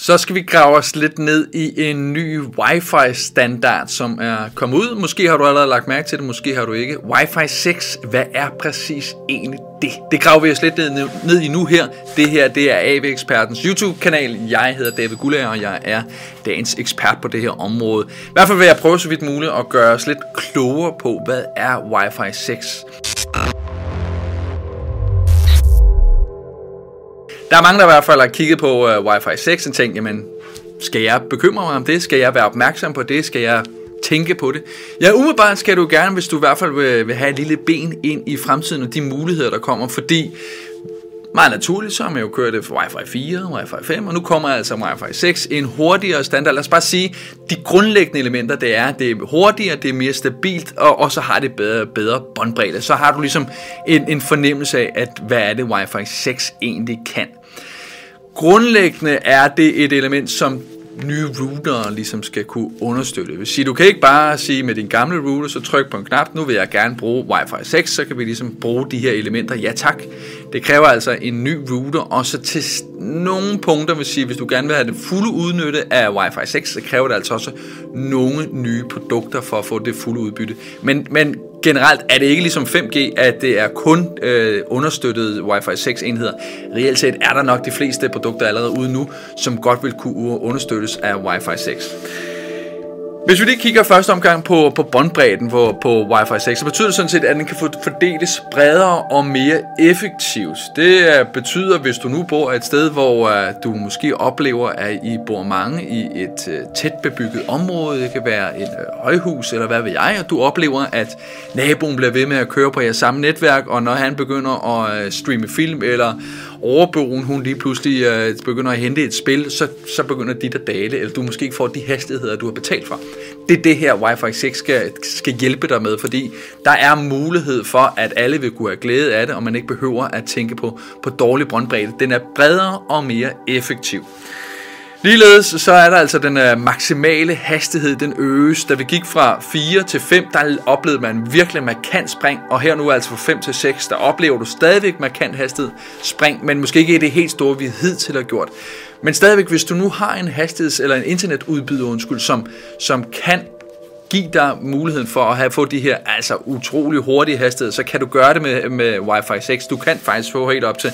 Så skal vi grave os lidt ned i en ny Wi-Fi standard, som er kommet ud. Måske har du allerede lagt mærke til det, måske har du ikke. Wi-Fi 6, hvad er præcis egentlig det? Det graver vi os lidt ned i nu her. Det her, det er AV-ekspertens YouTube-kanal. Jeg hedder David Guldager, og jeg er dagens ekspert på det her område. I hvert fald vil jeg prøve så vidt muligt at gøre os lidt klogere på, hvad er Wi-Fi 6? Der er mange, der i hvert fald har kigget på Wi-Fi 6 og tænkt, jamen, skal jeg bekymre mig om det? Skal jeg være opmærksom på det? Skal jeg tænke på det? Ja, umiddelbart skal du gerne, hvis du i hvert fald vil have et lille ben ind i fremtiden og de muligheder, der kommer, fordi meget naturligt, så har man jo kørt det for Wi-Fi 4, Wi-Fi 5, og nu kommer altså Wi-Fi 6, en hurtigere standard. Lad os bare sige, de grundlæggende elementer, det er hurtigere, det er mere stabilt, og så har det bedre båndbredde. Så har du ligesom en fornemmelse af, at hvad er det Wi-Fi 6 egentlig kan. Grundlæggende er det et element, som nye routere ligesom skal kunne understøtte. Det vil sige, du kan ikke bare sige med din gamle router, så tryk på en knap, nu vil jeg gerne bruge Wi-Fi 6, så kan vi ligesom bruge de her elementer. Ja tak. Det kræver altså en ny router, og så til nogle punkter vil sige, hvis du gerne vil have det fulde udnytte af Wi-Fi 6, så kræver det altså også nogle nye produkter for at få det fulde udbytte. Men generelt er det ikke ligesom 5G, at det er kun understøttede Wi-Fi 6 enheder. Reelt set er der nok de fleste produkter allerede ude nu, som godt vil kunne understøttes af Wi-Fi 6. Hvis vi lige kigger første omgang på båndbredden på Wi-Fi 6, så betyder det sådan set, at den kan fordeles bredere og mere effektivt. Det betyder, hvis du nu bor et sted, hvor du måske oplever, at I bor mange i et tæt bebygget område, det kan være et højhus eller hvad ved jeg, og du oplever, at naboen bliver ved med at køre på jeres samme netværk, og når han begynder at streame film, eller overboen, hun lige pludselig begynder at hente et spil, så begynder dit at dale, eller du måske ikke får de hastigheder, du har betalt for. Det er det her Wi-Fi 6 skal hjælpe dig med, fordi der er mulighed for, at alle vil kunne have glæde af det, og man ikke behøver at tænke på dårlig båndbredde. Den er bredere og mere effektiv. Ligeledes så er der altså den maksimale hastighed, den øges. Da vi gik fra 4 til 5, der oplevede man virkelig markant spring, og her nu altså fra 5 til 6, der oplever du stadigvæk markant hastighed spring, men måske ikke det helt store, vi hidtil har gjort. Men stadigvæk, hvis du nu har en hastigheds- eller en internetudbyder, som kan give dig muligheden for at få de her altså utrolig hurtige hastigheder, så kan du gøre det med Wi-Fi 6. Du kan faktisk få helt op til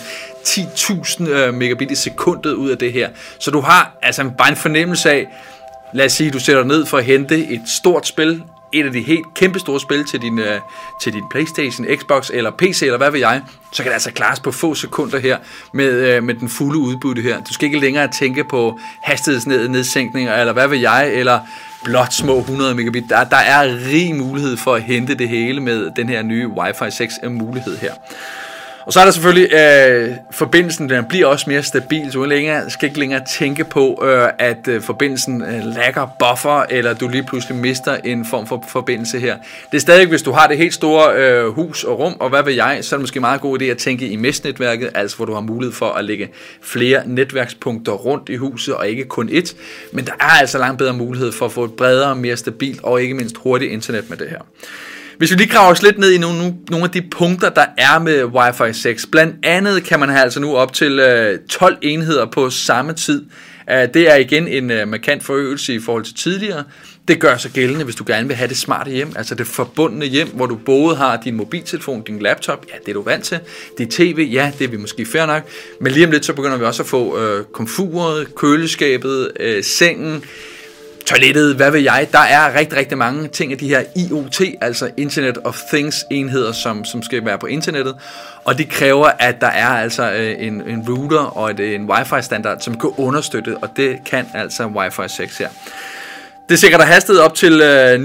10.000 megabit i sekundet ud af det her. Så du har altså bare en fornemmelse af, lad os sige, du sætter ned for at hente et stort spil, et af de helt kæmpe store spil til din PlayStation, Xbox eller PC eller hvad ved jeg, så kan det altså klares på få sekunder her med den fulde udbytte her. Du skal ikke længere tænke på hastighedsnedsænkninger eller hvad ved jeg, eller blot små 100 megabit. Der er rig mulighed for at hente det hele med den her nye Wi-Fi 6 mulighed her. Og så er der selvfølgelig forbindelsen, den bliver også mere stabil, så du skal ikke længere tænke på, at forbindelsen lagger buffer, eller du lige pludselig mister en form for forbindelse her. Det er stadig, hvis du har det helt store hus og rum, og hvad ved jeg, så er det måske meget god idé at tænke i mesh-netværket, altså hvor du har mulighed for at lægge flere netværkspunkter rundt i huset, og ikke kun ét. Men der er altså langt bedre mulighed for at få et bredere, mere stabilt og ikke mindst hurtigt internet med det her. Hvis vi lige graver os lidt ned i nogle af de punkter, der er med Wi-Fi 6, blandt andet kan man have altså nu op til 12 enheder på samme tid. Det er igen en markant forøgelse i forhold til tidligere. Det gør sig gældende, hvis du gerne vil have det smarte hjem, altså det forbundne hjem, hvor du både har din mobiltelefon, din laptop, ja, det er du vant til, dit tv, ja, det er vi måske fair nok, men lige om lidt, så begynder vi også at få komfuret, køleskabet, sengen, toilettet, hvad ved jeg. Der er rigtig, rigtig mange ting af de her IoT, altså Internet of Things enheder, som skal være på internettet. Og det kræver, at der er altså en router og en Wi-Fi standard, som kan understøtte, og det kan altså Wi-Fi 6 her. Det sikrer der hastighed op til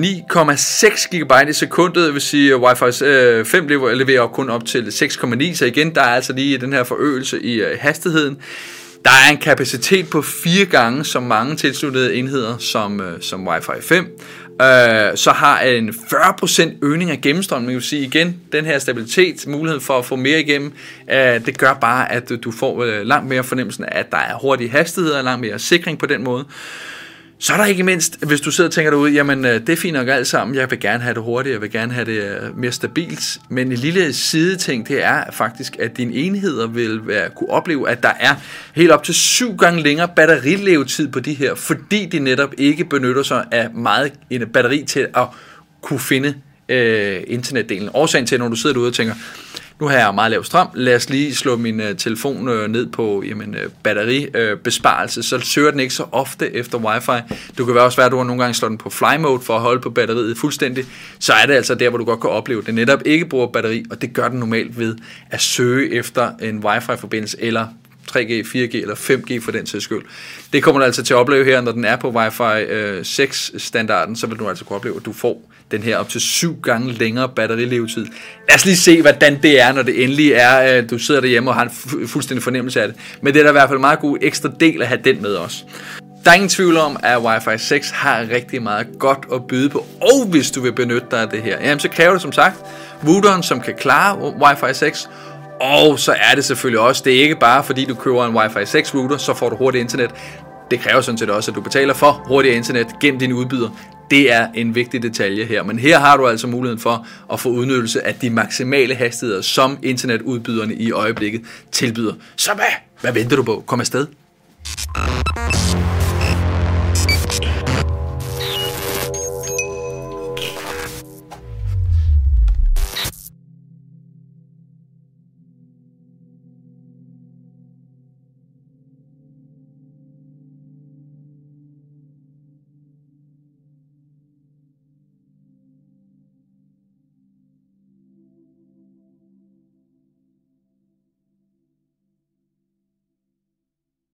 9,6 GB i sekundet, det vil sige, at Wi-Fi 5 leverer kun op til 6,9, så igen, der er altså lige den her forøgelse i hastigheden. Der er en kapacitet på 4 gange så mange tilsluttede enheder som Wi-Fi 5. Så har en 40% øgning af gennemstrømning. Man kan sige igen, den her stabilitet, muligheden for at få mere igennem, det gør bare, at du får langt mere fornemmelsen af, at der er hurtige hastigheder og langt mere sikring på den måde. Så er der ikke mindst, hvis du sidder og tænker derude, jamen det er fint nok alt sammen, jeg vil gerne have det hurtigt, jeg vil gerne have det mere stabilt, men en lille sideting, det er faktisk, at dine enheder vil kunne opleve, at der er helt op til 7 gange længere batterilevetid på de her, fordi de netop ikke benytter sig af meget batteri til at kunne finde internetdelen. Årsagen til, når du sidder derude og tænker, nu har jeg meget lav strøm, lad os lige slå min telefon ned på batteribesparelse, så søger den ikke så ofte efter wifi. Du kan også være, at du nogle gange slår den på fly mode for at holde på batteriet fuldstændig. Så er det altså der, hvor du godt kan opleve, at det netop ikke bruger batteri, og det gør den normalt ved at søge efter en wifi-forbindelse eller 3G, 4G eller 5G for den sags skyld. Det kommer du altså til at opleve her, når den er på Wi-Fi 6-standarden, så vil du altså kunne opleve, at du får den her op til 7 gange længere batterilevetid. Lad os lige se, hvordan det er, når det endelig er, du sidder derhjemme og har en fuldstændig fornemmelse af det. Men det er da i hvert fald en meget god ekstra del at have den med os. Der er ingen tvivl om, at Wi-Fi 6 har rigtig meget godt at byde på, og hvis du vil benytte dig af det her, jamen så kræver det som sagt routeren, som kan klare Wi-Fi 6, og så er det selvfølgelig også, det er ikke bare fordi du køber en Wi-Fi 6 router, så får du hurtigt internet. Det kræver sådan set også, at du betaler for hurtigere internet gennem din udbyder. Det er en vigtig detalje her, men her har du altså muligheden for at få udnyttelse af de maksimale hastigheder, som internetudbyderne i øjeblikket tilbyder. Så hvad venter du på? Kom afsted.